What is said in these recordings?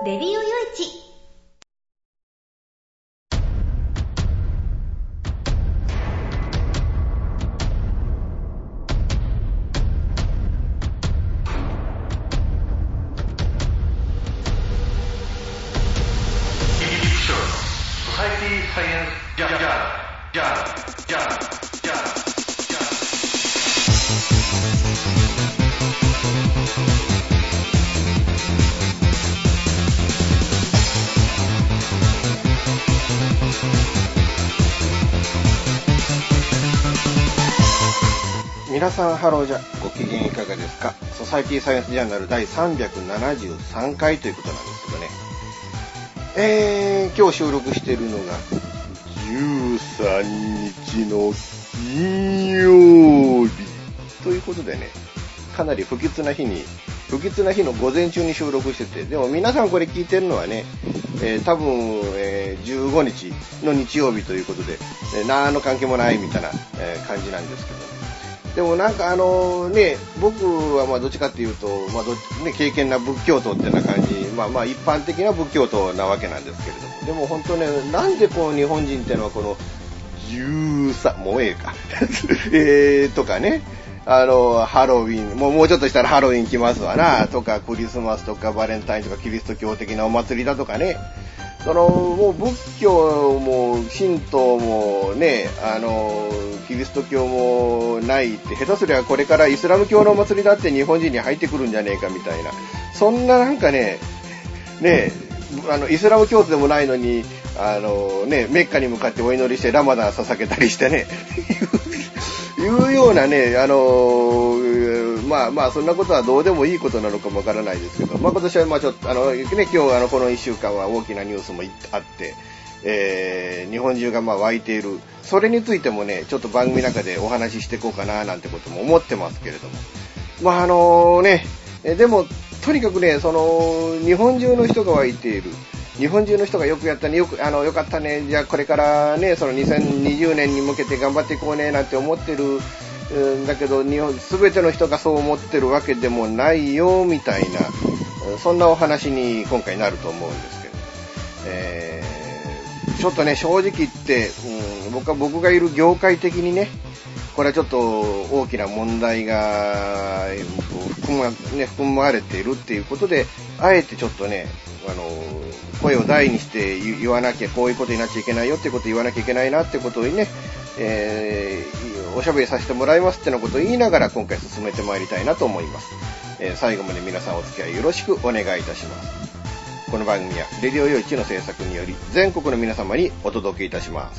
レディオよいち。 皆さんハローじゃ、ご機嫌いかがですか。ソサイティサイエンスジャーナル第373回ということなんですけどね、今日収録しているのが13日の金曜日ということでね、かなり不吉な日の午前中に収録してて、でも皆さんこれ聞いてるのはね、多分、15日の日曜日ということで、何の関係もないみたいな、感じなんですけど、でもなんか僕はどっちかっていうと、敬虔な仏教徒ってな感じ、一般的な仏教徒なわけなんですけれども、でも本当ね、なんでこう日本人っていうのはこの13もうかとかね、ハロウィンもうちょっとしたらハロウィン来ますわなとか、クリスマスとかバレンタインとかキリスト教的なお祭りだとかね、もう仏教も神道もね、キリスト教もないって、下手すりゃこれからイスラム教のお祭りだって日本人に入ってくるんじゃねえかみたいな、そんななんかね、イスラム教徒でもないのに、メッカに向かってお祈りしてラマダン捧げたりしてね、いうようなね、そんなことはどうでもいいことなのかもわからないですけど、今年はちょっと今日この1週間は大きなニュースもあって、日本中が湧いている。それについてもね、ちょっと番組の中でお話ししていこうかななんてことも思ってますけれども、でもとにかくね、日本中の人が湧いている。日本中の人がよくやったね、よかったね、じゃあこれからね、2020年に向けて頑張っていこうねなんて思ってるだけど、全ての人がそう思ってるわけでもないよみたいな、そんなお話に今回なると思うんですけど、ちょっとね、正直言って、僕がいる業界的にね、これはちょっと大きな問題が含まれているっていうことで、あえてちょっとね、声を大にして言わなきゃ、こういうことになっちゃいけないよってことを言わなきゃいけないなってことをね、おしゃべりさせてもらいますってのことを言いながら今回進めてまいりたいなと思います。最後まで皆さんお付き合いよろしくお願いいたします。この番組はレディオよいちの制作により全国の皆様にお届けいたします。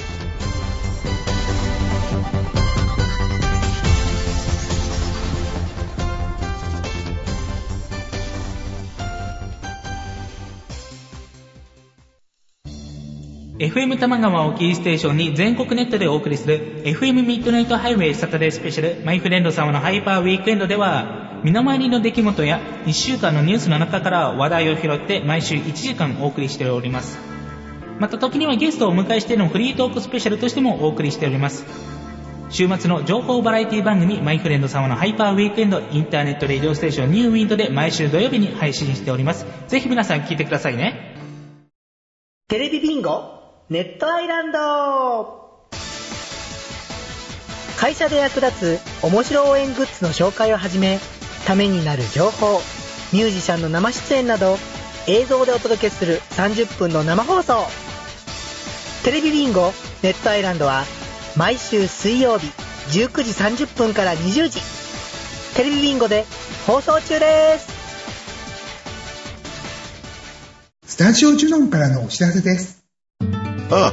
FM 玉川をキーステーションに全国ネットでお送りする FM ミッドナイトハイウェイサタデースペシャルマイフレンド様のハイパーウィークエンドでは、身の回りの出来事や1週間のニュースの中から話題を拾って毎週1時間お送りしております。また時にはゲストをお迎えしてのフリートークスペシャルとしてもお送りしております。週末の情報バラエティ番組マイフレンド様のハイパーウィークエンド、インターネットレディオステーションニューウィンドで毎週土曜日に配信しております。ぜひ皆さん聞いてくださいね。 テレビビンゴネットアイランド。会社で役立つ面白応援グッズの紹介をはじめ、ためになる情報、ミュージシャンの生出演など映像でお届けする30分の生放送。テレビビンゴネットアイランドは毎週水曜日19時30分から20時、テレビビンゴで放送中です。 スタジオジュノンからのお知らせです。 あ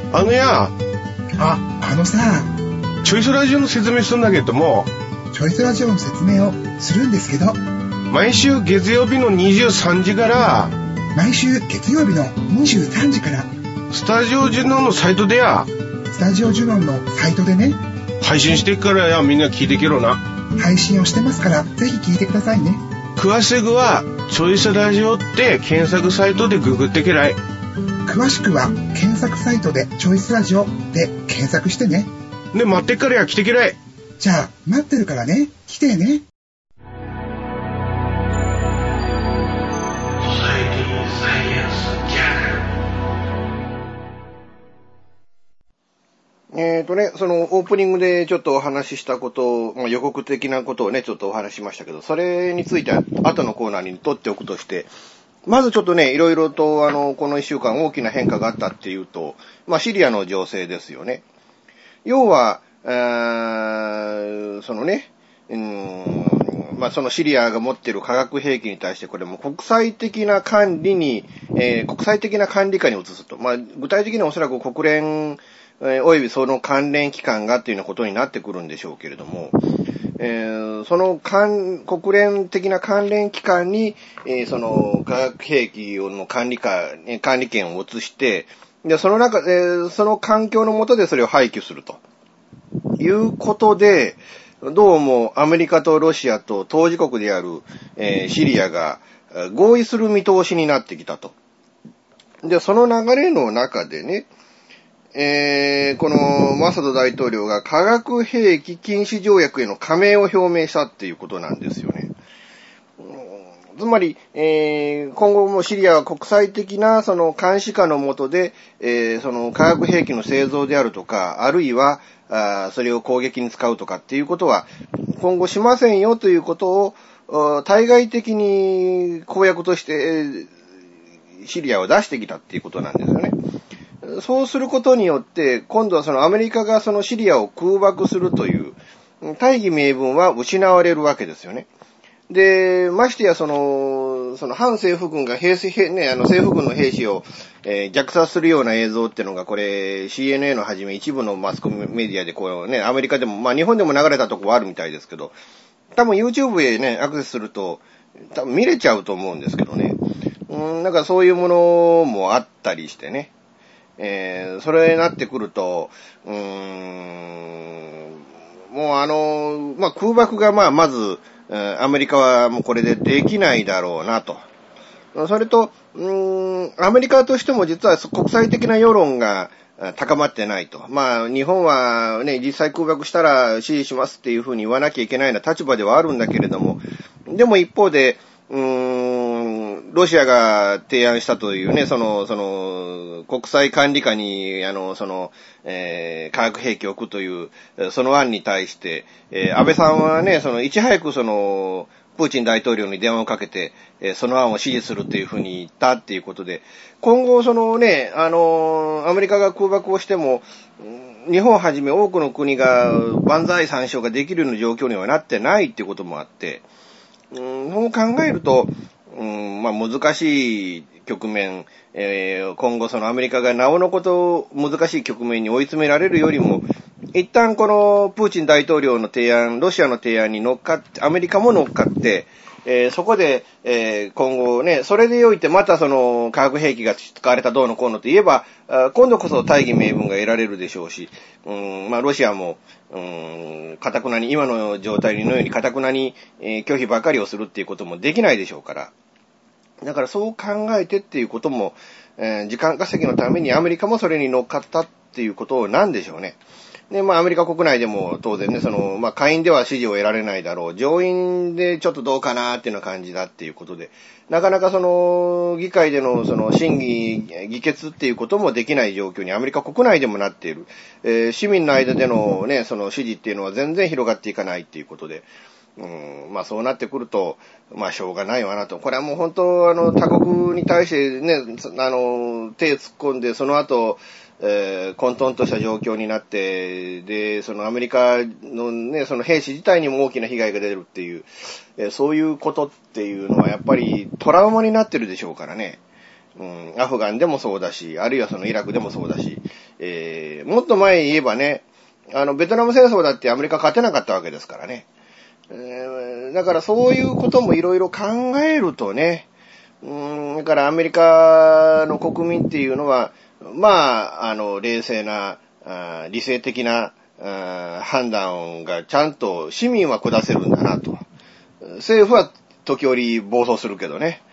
のさ、 チョイスラジオの説明するんだけども、 チョイスラジオの説明をするんですけど、 毎週月曜日の23時から毎週月曜日の23時からスタジオジュノンのサイトでスタジオジュノンのサイトでね、 配信していくからみんな聞いてけろな。 配信をしてますから、ぜひ聞いてくださいね。 詳しくはチョイスラジオって検索サイトでググってけらい。 詳しくは検索サイトでチョイスラジオで検索してね。 で、待ってっから来てけらい。 じゃあ待ってるからね、来てね。 ソサイティサイエそのオープニングでちょっとお話ししたことを、予告的なことをね、ちょっとお話ししましたけど、それについては後のコーナーに取っておくとして、まずちょっとね、いろいろとこの一週間大きな変化があったっていうと、シリアの情勢ですよね。要は、そのね、そのシリアが持っている化学兵器に対してこれも国際的な管理に、国際的な管理下に移すと。具体的にはおそらく国連、およびその関連機関がっていうようなことになってくるんでしょうけれども、その国連的な関連機関に、その化学兵器の管理権を移して、で、その中で、その環境の下でそれを廃棄するということで、どうもアメリカとロシアと当事国である、シリアが合意する見通しになってきたと。で、その流れの中でね、このマサド大統領が化学兵器禁止条約への加盟を表明したっていうことなんですよね。つまり、今後もシリアは国際的なその監視下の下で、その化学兵器の製造であるとか、あるいはそれを攻撃に使うとかっていうことは今後しませんよということを対外的に公約としてシリアを出してきたっていうことなんですよね。そうすることによって今度はそのアメリカがそのシリアを空爆するという大義名分は失われるわけですよね。で、ましてやその反政府軍が政府軍の兵士を、虐殺するような映像っていうのがこれ CNN をはじめ一部のマスコミメディアでこうね、アメリカでも日本でも流れたとこはあるみたいですけど、多分 YouTube へねアクセスすると多分見れちゃうと思うんですけどね。なんかそういうものもあったりしてね。それになってくると、もう空爆がまずアメリカはもうこれでできないだろうなと。それと、アメリカとしても実は国際的な世論が高まってないと。日本はね、実際空爆したら支持しますっていうふうに言わなきゃいけないような立場ではあるんだけれども、でも一方で、ロシアが提案したというね、国際管理下に、化学兵器を置くという、その案に対して、安倍さんはね、いち早くプーチン大統領に電話をかけて、その案を支持するというふうに言ったっていうことで、今後アメリカが空爆をしても、日本をはじめ多くの国が万歳三唱ができるような状況にはなってないっていうこともあって、そう考えると、難しい局面、今後アメリカがなおのこと難しい局面に追い詰められるよりも、一旦このプーチン大統領の提案、ロシアの提案に乗っかって、アメリカも乗っかって、そこで、今後ね、それでおいてまた化学兵器が使われたどうのこうのと言えば、今度こそ大義名分が得られるでしょうし、ロシアも、堅くなに、今の状態のように堅くなに、拒否ばかりをするっていうこともできないでしょうから。だからそう考えてっていうことも、時間稼ぎのためにアメリカもそれに乗っかったっていうことなんでしょうね。で、アメリカ国内でも当然ね、下院では支持を得られないだろう。上院でちょっとどうかなっていうような感じだっていうことで、なかなか議会での審議、議決っていうこともできない状況にアメリカ国内でもなっている。市民の間でのね、支持っていうのは全然広がっていかないっていうことで、そうなってくると、しょうがないわなと。これはもう本当、他国に対してね、手突っ込んで、その後、混沌とした状況になって、で、アメリカのね、兵士自体にも大きな被害が出るっていう、そういうことっていうのはやっぱりトラウマになってるでしょうからね。アフガンでもそうだし、あるいはイラクでもそうだし、もっと前言えばね、ベトナム戦争だってアメリカ勝てなかったわけですからね。だからそういうこともいろいろ考えるとね、だからアメリカの国民っていうのは、冷静な、理性的な判断がちゃんと市民は下せるんだなと。政府は時折暴走するけどね。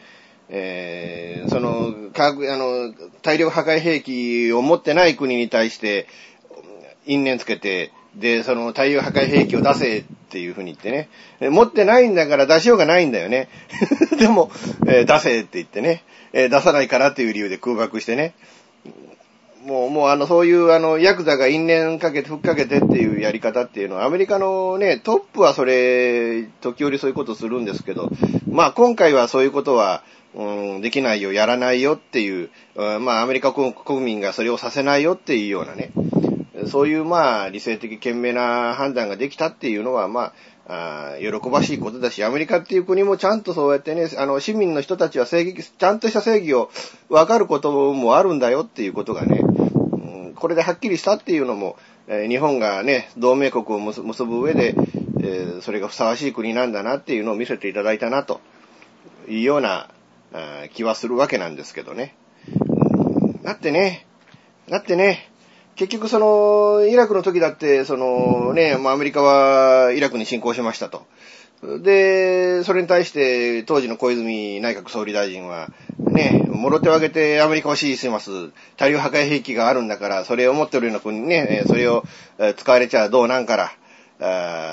大量破壊兵器を持ってない国に対して因縁つけて、で、大量破壊兵器を出せっていう風に言ってね。持ってないんだから出しようがないんだよね。でも、出せって言ってね。出さないからっていう理由で空爆してね。 そういうヤクザが因縁かけて、ふっかけてっていうやり方っていうのは、アメリカのね、トップは時折そういうことするんですけど、今回はそういうことは、できないよ、やらないよっていう、アメリカ国民がそれをさせないよっていうようなね、そういう理性的賢明な判断ができたっていうのは、喜ばしいことだし、アメリカっていう国もちゃんとそうやってね、市民の人たちはちゃんとした正義を分かることもあるんだよっていうことがね、これではっきりしたっていうのも、日本がね、同盟国を結ぶ上で、それがふさわしい国なんだなっていうのを見せていただいたなというような気はするわけなんですけどね。だってね、結局イラクの時だって、アメリカはイラクに侵攻しましたと。で、それに対して当時の小泉内閣総理大臣は、ね、もろ手を挙げてアメリカを支持します。大量破壊兵器があるんだから、それを持ってるような国にね、それを使われちゃどうなんから、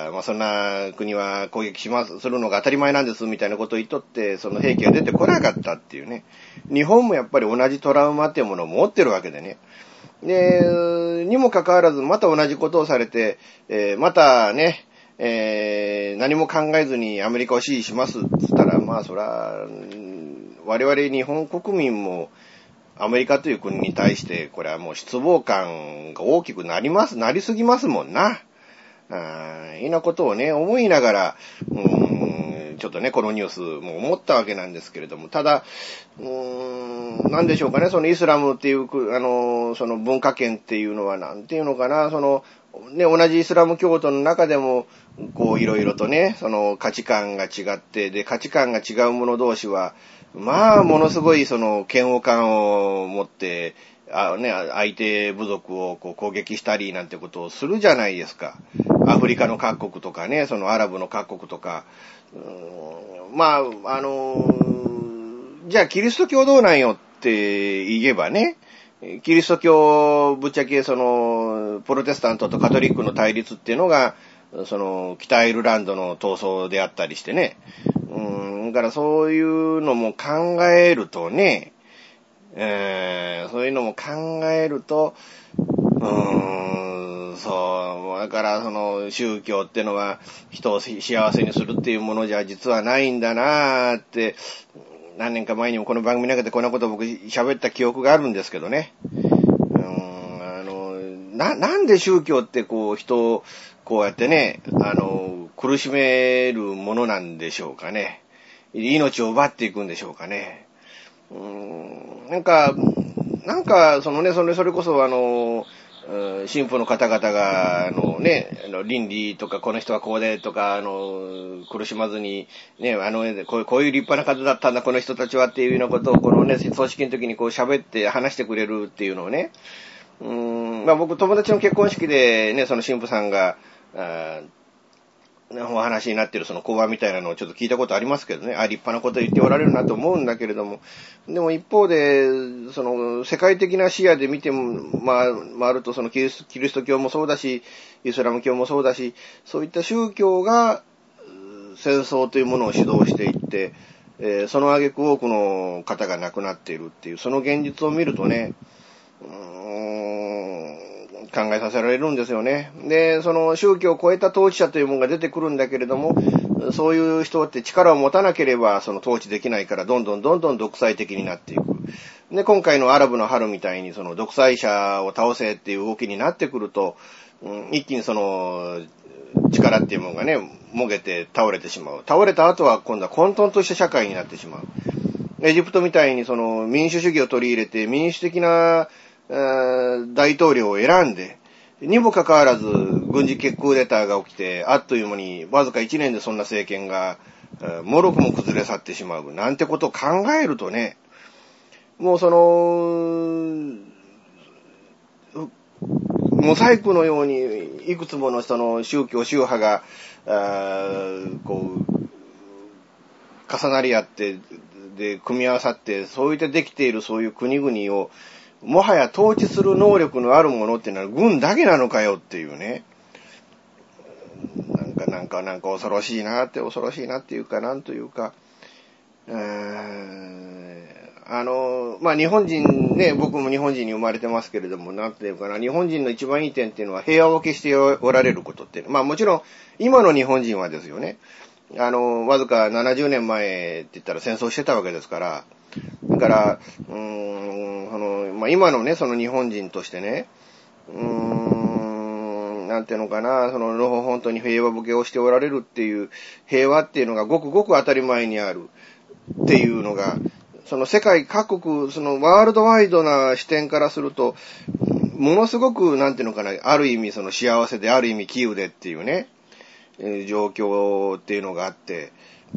そんな国は攻撃するのが当たり前なんです、みたいなことを言っとって、その兵器が出てこなかったっていうね。日本もやっぱり同じトラウマっていうものを持ってるわけでね。で、にもかかわらず、また同じことをされて、またね、何も考えずにアメリカを支持しますって言ったら、そら、我々日本国民もアメリカという国に対して、これはもう失望感が大きくなりすぎますもんな。いいなことをね、思いながら、ちょっとね、このニュースも思ったわけなんですけれども、ただ、なんでしょうかね、そのイスラムっていう、その文化圏っていうのは、なんていうのかな、同じイスラム教徒の中でも、いろいろとね、価値観が違って、で、価値観が違う者同士は、ものすごい嫌悪感を持って、相手部族を攻撃したりなんてことをするじゃないですか。アフリカの各国とかね、アラブの各国とか。じゃあキリスト教どうなんよって言えばね、キリスト教ぶっちゃけプロテスタントとカトリックの対立っていうのが、北アイルランドの闘争であったりしてね。だからそういうのも考えるとね、そういうのも考えると、だから宗教ってのは人を幸せにするっていうものじゃ実はないんだなーって、何年か前にもこの番組の中でこんなことを僕喋った記憶があるんですけどね。なんで宗教って人をこうやってね、苦しめるものなんでしょうかね。命を奪っていくんでしょうかね。なんか、それこそ神父の方々が、倫理とか、この人はこうでとか、苦しまずに、ね、こういう立派な方だったんだ、この人たちはっていうようなことを、葬式の時に喋って話してくれるっていうのをね、僕、友達の結婚式でね、神父さんが、お話になっている講話みたいなのをちょっと聞いたことありますけどね、立派なこと言っておられるなと思うんだけれども、でも一方で、世界的な視野で見ても、回るとキリスト教もそうだし、イスラム教もそうだし、そういった宗教が戦争というものを主導していって、その挙句多くの方が亡くなっているっていう、その現実を見るとね、考えさせられるんですよね。で、宗教を超えた統治者というものが出てくるんだけれども、そういう人って力を持たなければ統治できないから、どんどん独裁的になっていく。で、今回のアラブの春みたいに独裁者を倒せっていう動きになってくると、一気に力っていうものがね、もげて倒れてしまう。倒れた後は今度は混沌とした社会になってしまう。エジプトみたいに民主主義を取り入れて民主的な大統領を選んで、にもかかわらず軍事クーデターが起きて、あっという間にわずか1年でそんな政権がもろくも崩れ去ってしまうなんてことを考えるとね、もうモザイクのようにいくつもの宗教宗派が重なり合ってで組み合わさって、そういってできているそういう国々をもはや統治する能力のあるものっていうのは軍だけなのかよっていうね。なんか恐ろしいなっていうか、なんというか、 日本人ね、僕も日本人に生まれてますけれども、なんていうかな、日本人の一番いい点っていうのは平和を決しておられることっていう。もちろん、今の日本人はですよね、わずか70年前って言ったら戦争してたわけですから、だから、今のね、その日本人としてね、なんていうのかな、本当に平和ボケをしておられるっていう、平和っていうのがごくごく当たり前にあるっていうのが、世界各国、ワールドワイドな視点からすると、ものすごく、なんていうのかな、ある意味幸せで、ある意味杞憂でっていうね、状況っていうのがあって、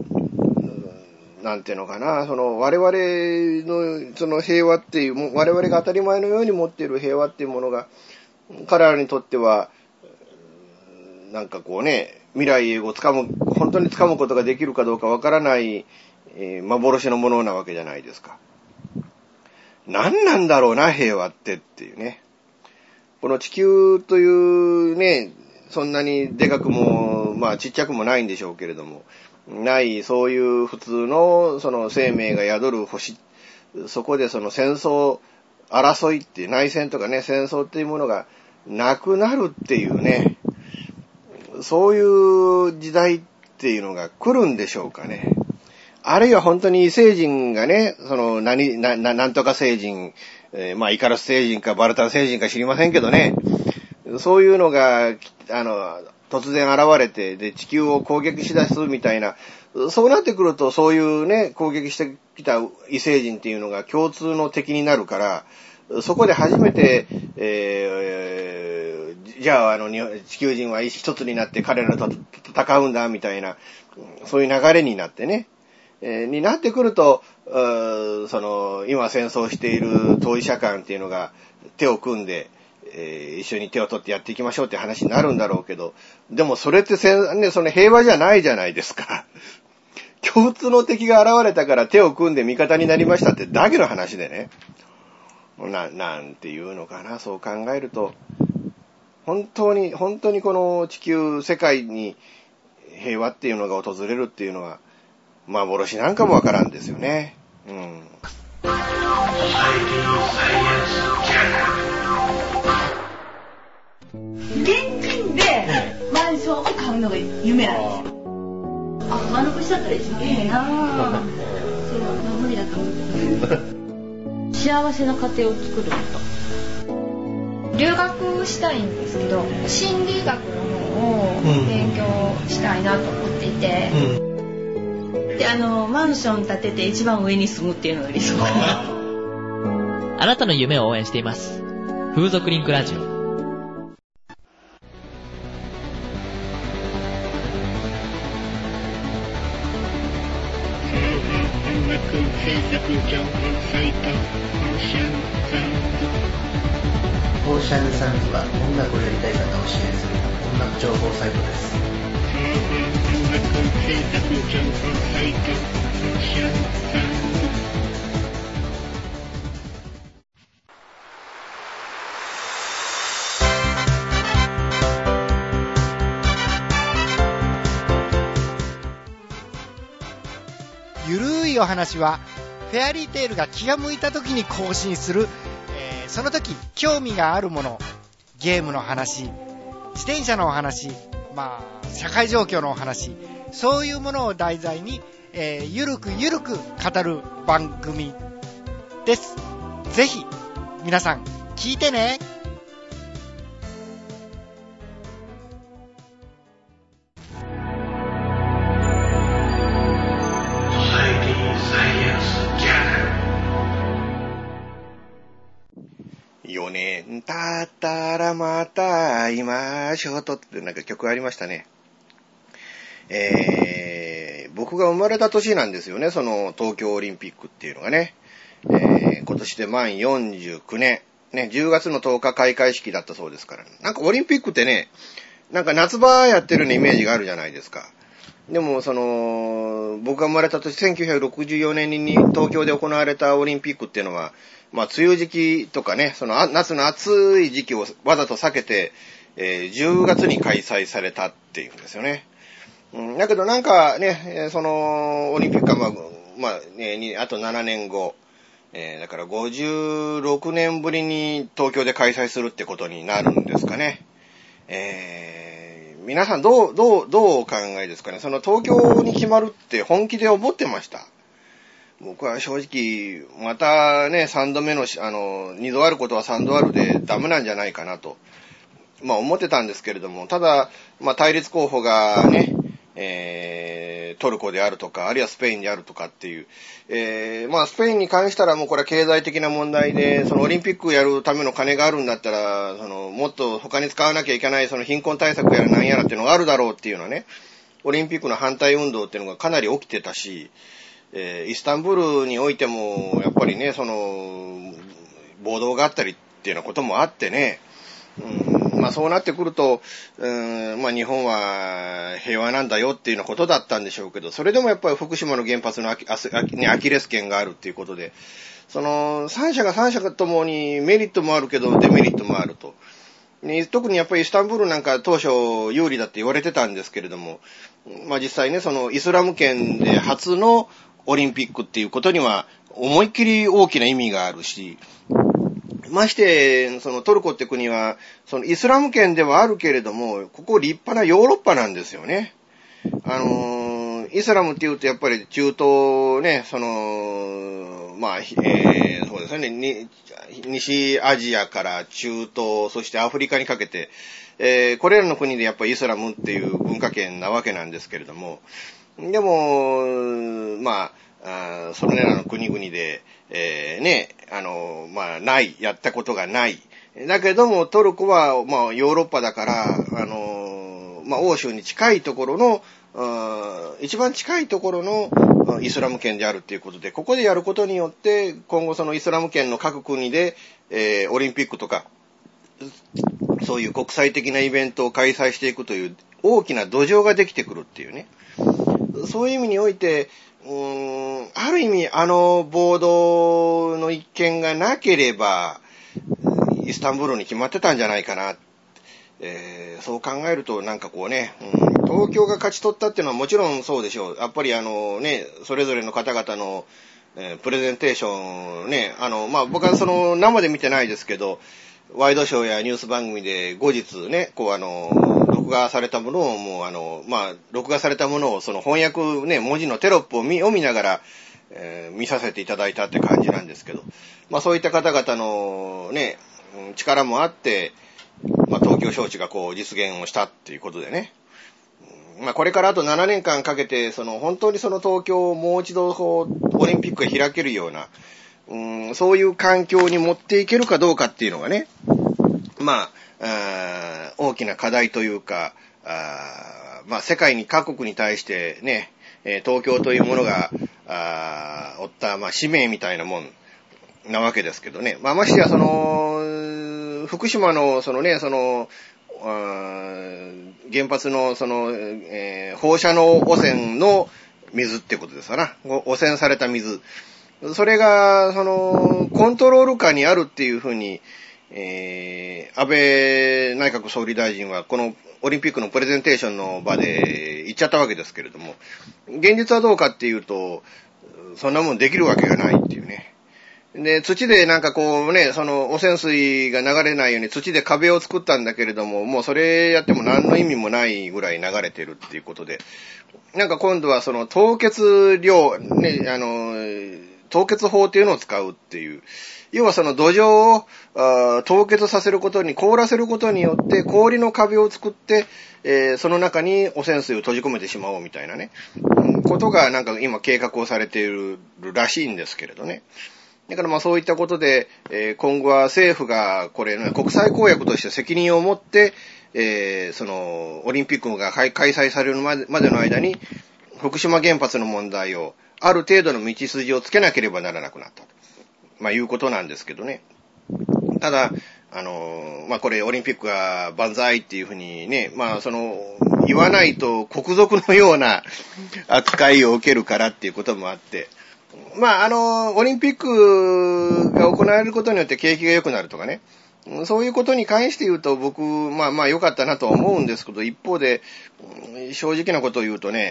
なんていうのかな、我々の、平和っていう、我々が当たり前のように持っている平和っていうものが、彼らにとっては、なんかこうね、未来を本当に掴むことができるかどうかわからない、幻のものなわけじゃないですか。何なんだろうな、平和っていうね。この地球というね、そんなにでかくも、ちっちゃくもないんでしょうけれども、そういう普通の、生命が宿る星、そこで戦争、争いっていう、内戦とかね、戦争っていうものがなくなるっていうね、そういう時代っていうのが来るんでしょうかね。あるいは本当に異星人がね、なんとか星人、イカロス星人かバルタン星人か知りませんけどね、そういうのが、突然現れて、で、地球を攻撃しだすみたいな、そうなってくると、そういうね、攻撃してきた異星人っていうのが共通の敵になるから、そこで初めて、じゃあ、地球人は一つになって彼らと戦うんだ、みたいな、そういう流れになってね、になってくると、今戦争している当事者間っていうのが手を組んで、一緒に手を取ってやっていきましょうって話になるんだろうけど、でもそれって平和じゃないじゃないですか。共通の敵が現れたから手を組んで味方になりましたってだけの話でね。なんていうのかな、そう考えると、本当にこの地球、世界に平和っていうのが訪れるっていうのは、幻なんかもわからんですよね。うん。 現金でマンションを買うのが夢なんですよ。丸腰だったら一番いいなぁ。そう、無理だと思う。幸せな家庭を作ること。 留学したいんですけど、心理学の方を勉強したいなと思っていて、 で、マンション建てて一番上に住むっていうのが理想かな。 あなたの夢を応援しています。風俗リンクラジオ。 オーシャンサンズは音楽をやりたい方を支援する音楽情報サイトです。 ゆるいお話はフェアリーテールが気が向いた時に更新する、その時興味があるもの、ゲームの話、自転車のお話、社会状況のお話、そういうものを題材に、ゆるくゆるく語る番組です。ぜひ皆さん聞いてね。 4年経ったらまた会いましょうとってなんか曲ありましたね。僕が生まれた年なんですよね、その東京オリンピックっていうのがね。今年で満49年。ね、10月の10日開会式だったそうですから、なんかオリンピックってね、なんか夏場やってるようなイメージがあるじゃないですか。でも、僕が生まれた年、1964年に東京で行われたオリンピックっていうのは、梅雨時期とかね、夏の暑い時期をわざと避けて、10月に開催されたっていうんですよね。だけどなんかね、オリンピックはあと7年後、 だから56年ぶりに東京で開催するってことになるんですかね。皆さんどうお考えですかね。その東京に決まるって本気で思ってました。僕は正直、またね、3度目の、2度あることは3度あるでダメなんじゃないかなと、思ってたんですけれども、ただ、対立候補がね、トルコであるとか、あるいはスペインであるとかっていう、スペインに関したらもうこれは経済的な問題で、そのオリンピックやるための金があるんだったら、もっと他に使わなきゃいけないその貧困対策やら何やらっていうのがあるだろうっていうのはね、オリンピックの反対運動っていうのがかなり起きてたし、イスタンブールにおいても、やっぱりね、暴動があったりっていうようなこともあってね、そうなってくると、日本は平和なんだよっていうようなことだったんでしょうけど、それでもやっぱり福島の原発のアキレス腱があるっていうことで、三者ともにメリットもあるけど、デメリットもあると。特にやっぱりイスタンブールなんか当初有利だって言われてたんですけれども、実際ね、イスラム圏で初のオリンピックっていうことには思いっきり大きな意味があるし、まして、トルコって国は、イスラム圏ではあるけれども、ここ立派なヨーロッパなんですよね。イスラムって言うとやっぱり中東ね、そうですね、西アジアから中東、そしてアフリカにかけて、これらの国でやっぱりイスラムっていう文化圏なわけなんですけれども、でも、それらの国々で、やったことがない。だけども、トルコは、ヨーロッパだから、欧州に近いところの、一番近いところのイスラム圏であるっていうことで、ここでやることによって、今後そのイスラム圏の各国で、オリンピックとか、そういう国際的なイベントを開催していくという大きな土壌ができてくるっていうね。そういう意味において、ある意味暴動の一件がなければ、イスタンブールに決まってたんじゃないかな。そう考えるとなんかこうね、東京が勝ち取ったっていうのはもちろんそうでしょう。やっぱりそれぞれの方々の、プレゼンテーションね、僕は生で見てないですけど、ワイドショーやニュース番組で後日ね、録画されたものを録画されたものを翻訳ね、文字のテロップを読みながら、見させていただいたって感じなんですけど、そういった方々のね、力もあって、東京招致が実現をしたっていうことでね。これからあと7年間かけて、本当に東京をもう一度オリンピックが開けるような、そういう環境に持っていけるかどうかっていうのがね、大きな課題というか、世界に各国に対してね、東京というものが、負った、使命みたいなもんなわけですけどね。ましてや福島の原発の放射能汚染の水ってことですかな。汚染された水。それが、コントロール下にあるっていうふうに、安倍内閣総理大臣はこのオリンピックのプレゼンテーションの場で言っちゃったわけですけれども、現実はどうかっていうと、そんなもんできるわけがないっていうね。で、土で汚染水が流れないように土で壁を作ったんだけれども、もうそれやっても何の意味もないぐらい流れてるっていうことで、今度は凍結量、ね、凍結法っていうのを使うっていう。要は土壌を凍結させることに、凍らせることによって氷の壁を作って、その中に汚染水を閉じ込めてしまおうみたいなね、ことが今計画をされているらしいんですけれどね。だからそういったことで、今後は政府がこれ、国際公約として責任を持って、オリンピックが開催されるまでの間に、福島原発の問題を、ある程度の道筋をつけなければならなくなったと。いうことなんですけどね。ただ、これオリンピックが万歳っていうふうにね、言わないと国賊のような扱いを受けるからっていうこともあって、オリンピックが行われることによって景気が良くなるとかね、そういうことに関して言うと僕、良かったなとは思うんですけど、一方で、正直なことを言うとね、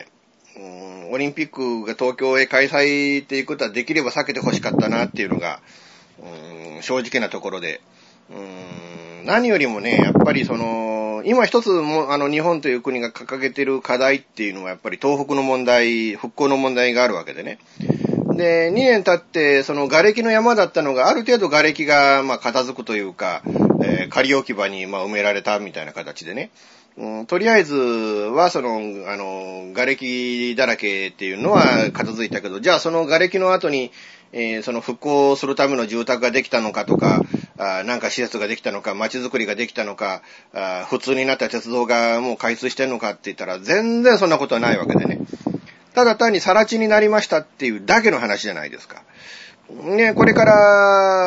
オリンピックが東京へ開催っていうことはできれば避けてほしかったなっていうのが、正直なところで、何よりもね、やっぱり今一つも、日本という国が掲げている課題っていうのはやっぱり東北の問題、復興の問題があるわけでね。で、2年経って、瓦礫の山だったのが、ある程度瓦礫が、片付くというか、仮置き場に、埋められたみたいな形でね。とりあえずは、瓦礫だらけっていうのは片付いたけど、じゃあその瓦礫の後に、復興するための住宅ができたのかとか、なんか施設ができたのか、街づくりができたのか、普通になった鉄道がもう開通してんのかって言ったら、全然そんなことはないわけでね。ただ単に更地になりましたっていうだけの話じゃないですか。ね、これから、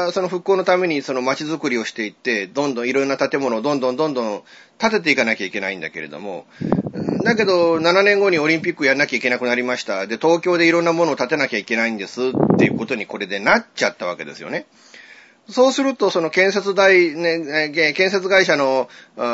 復興のために街づくりをしていって、どんどんいろんな建物をどんどん建てていかなきゃいけないんだけれども、だけど7年後にオリンピックやんなきゃいけなくなりました。で、東京でいろんなものを建てなきゃいけないんですっていうことにこれでなっちゃったわけですよね。そうすると、建設会社の、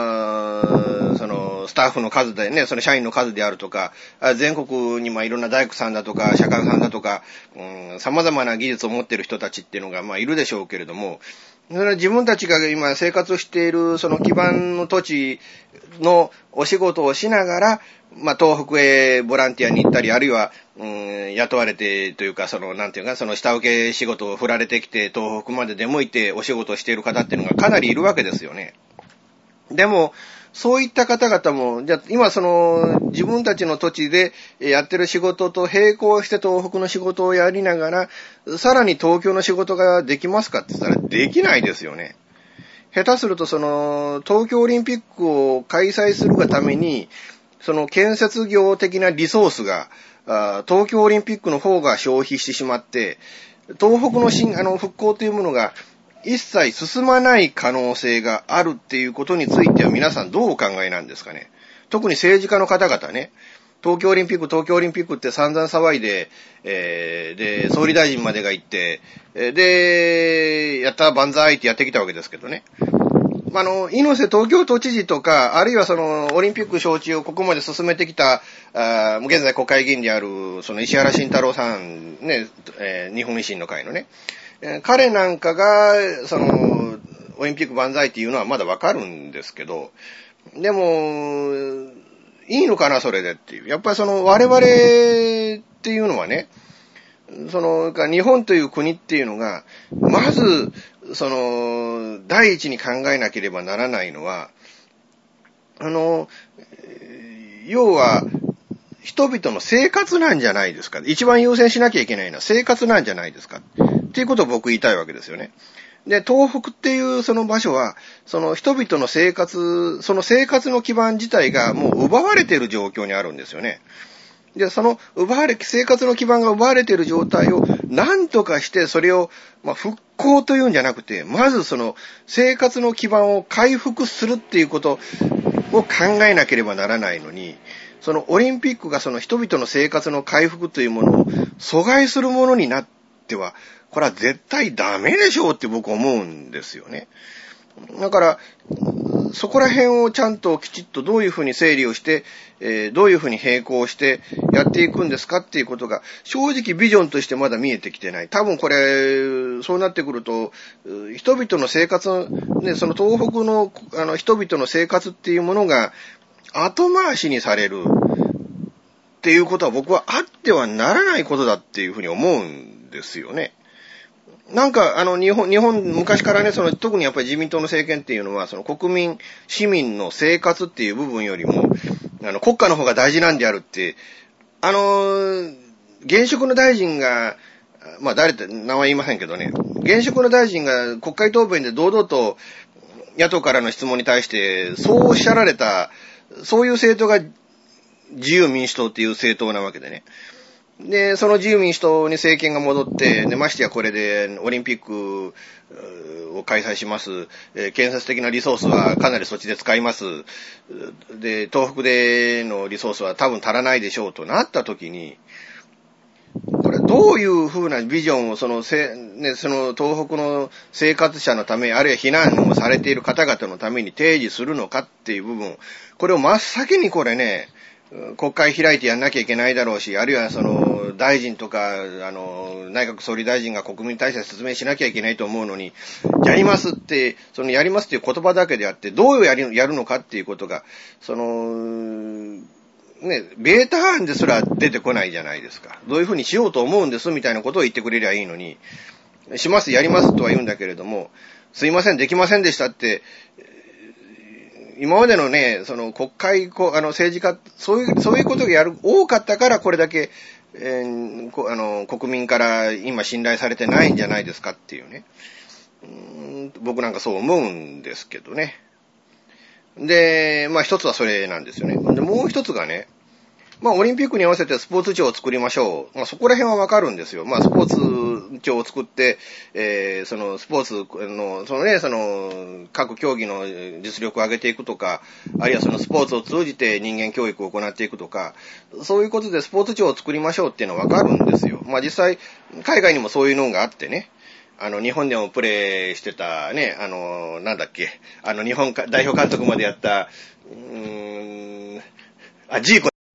スタッフの数でね、社員の数であるとか、全国にいろんな大工さんだとか、社官さんだとか、様々な技術を持っている人たちっていうのが、いるでしょうけれども、自分たちが今生活している基盤の土地のお仕事をしながら、東北へボランティアに行ったり、あるいは、雇われてというか、なんていうか、下請け仕事を振られてきて、東北まで出向いてお仕事をしている方っていうのがかなりいるわけですよね。でも、そういった方々も、じゃあ今自分たちの土地でやってる仕事と並行して東北の仕事をやりながら、さらに東京の仕事ができますかって言ったらできないですよね。下手すると東京オリンピックを開催するがために、建設業的なリソースが、東京オリンピックの方が消費してしまって、東北の復興というものが一切進まない可能性があるっていうことについては皆さんどうお考えなんですかね。特に政治家の方々ね、東京オリンピックって散々騒いで、で、総理大臣までが行って、で、やった万歳ってやってきたわけですけどね。猪瀬東京都知事とか、あるいはオリンピック招致をここまで進めてきた、現在国会議員である、石原慎太郎さん、ね、日本維新の会のね、彼なんかが、オリンピック万歳っていうのはまだわかるんですけど、でも、いいのかな、それでっていう。やっぱり我々っていうのはね、日本という国っていうのが、まず、第一に考えなければならないのは、要は、人々の生活なんじゃないですか。一番優先しなきゃいけないのは生活なんじゃないですか。っていうことを僕言いたいわけですよね。で、東北っていう場所は、人々の生活の基盤自体がもう奪われている状況にあるんですよね。で、生活の基盤が奪われている状態を何とかしてそれを、復興というんじゃなくて、まず生活の基盤を回復するっていうことを考えなければならないのに、オリンピックが人々の生活の回復というものを阻害するものになっては、これは絶対ダメでしょうって僕思うんですよね。だから、そこら辺をちゃんときちっとどういうふうに整理をして、どういうふうに並行してやっていくんですかっていうことが正直ビジョンとしてまだ見えてきてない。多分これ、そうなってくると、人々の生活、ね、東北の人々の生活っていうものが後回しにされるっていうことは僕はあってはならないことだっていうふうに思うんですよね。なんか、日本、昔からね、特にやっぱり自民党の政権っていうのは、国民、市民の生活っていう部分よりも、国家の方が大事なんであるって、現職の大臣が、誰って名前言いませんけどね、現職の大臣が国会答弁で堂々と野党からの質問に対して、そうおっしゃられた、そういう政党が自由民主党っていう政党なわけでね。で、その自由民主党に政権が戻って、で、ましてやこれでオリンピックを開催します。建設的なリソースはかなりそっちで使います。で、東北でのリソースは多分足らないでしょうとなった時に、これどういう風なビジョンを東北の生活者のため、あるいは避難をされている方々のために提示するのかっていう部分、これを真っ先にこれね、 国会開いてやんなきゃいけないだろうし、あるいは大臣とか、内閣総理大臣が国民に対して説明しなきゃいけないと思うのに、やりますって、やりますっていう言葉だけであって、どうやるのかっていうことが、ね、ベータ班ですら出てこないじゃないですか。どういうふうにしようと思うんですみたいなことを言ってくれりゃいいのに、します、やりますとは言うんだけれども、すいません、できませんでしたって、今までのね、国会、政治家、そういうことが多かったから、これだけ、国民から今信頼されてないんじゃないですかっていうね。僕なんかそう思うんですけどね。で、一つはそれなんですよね。で、もう一つがね、オリンピックに合わせてスポーツ庁を作りましょう。そこら辺はわかるんですよ。スポーツ庁を作って、スポーツの、各競技の実力を上げていくとか、あるいはスポーツを通じて人間教育を行っていくとか、そういうことでスポーツ庁を作りましょうっていうのはわかるんですよ。実際、海外にもそういうのがあってね、日本でもプレーしてたね、なんだっけ、日本代表監督までやった、ジーコ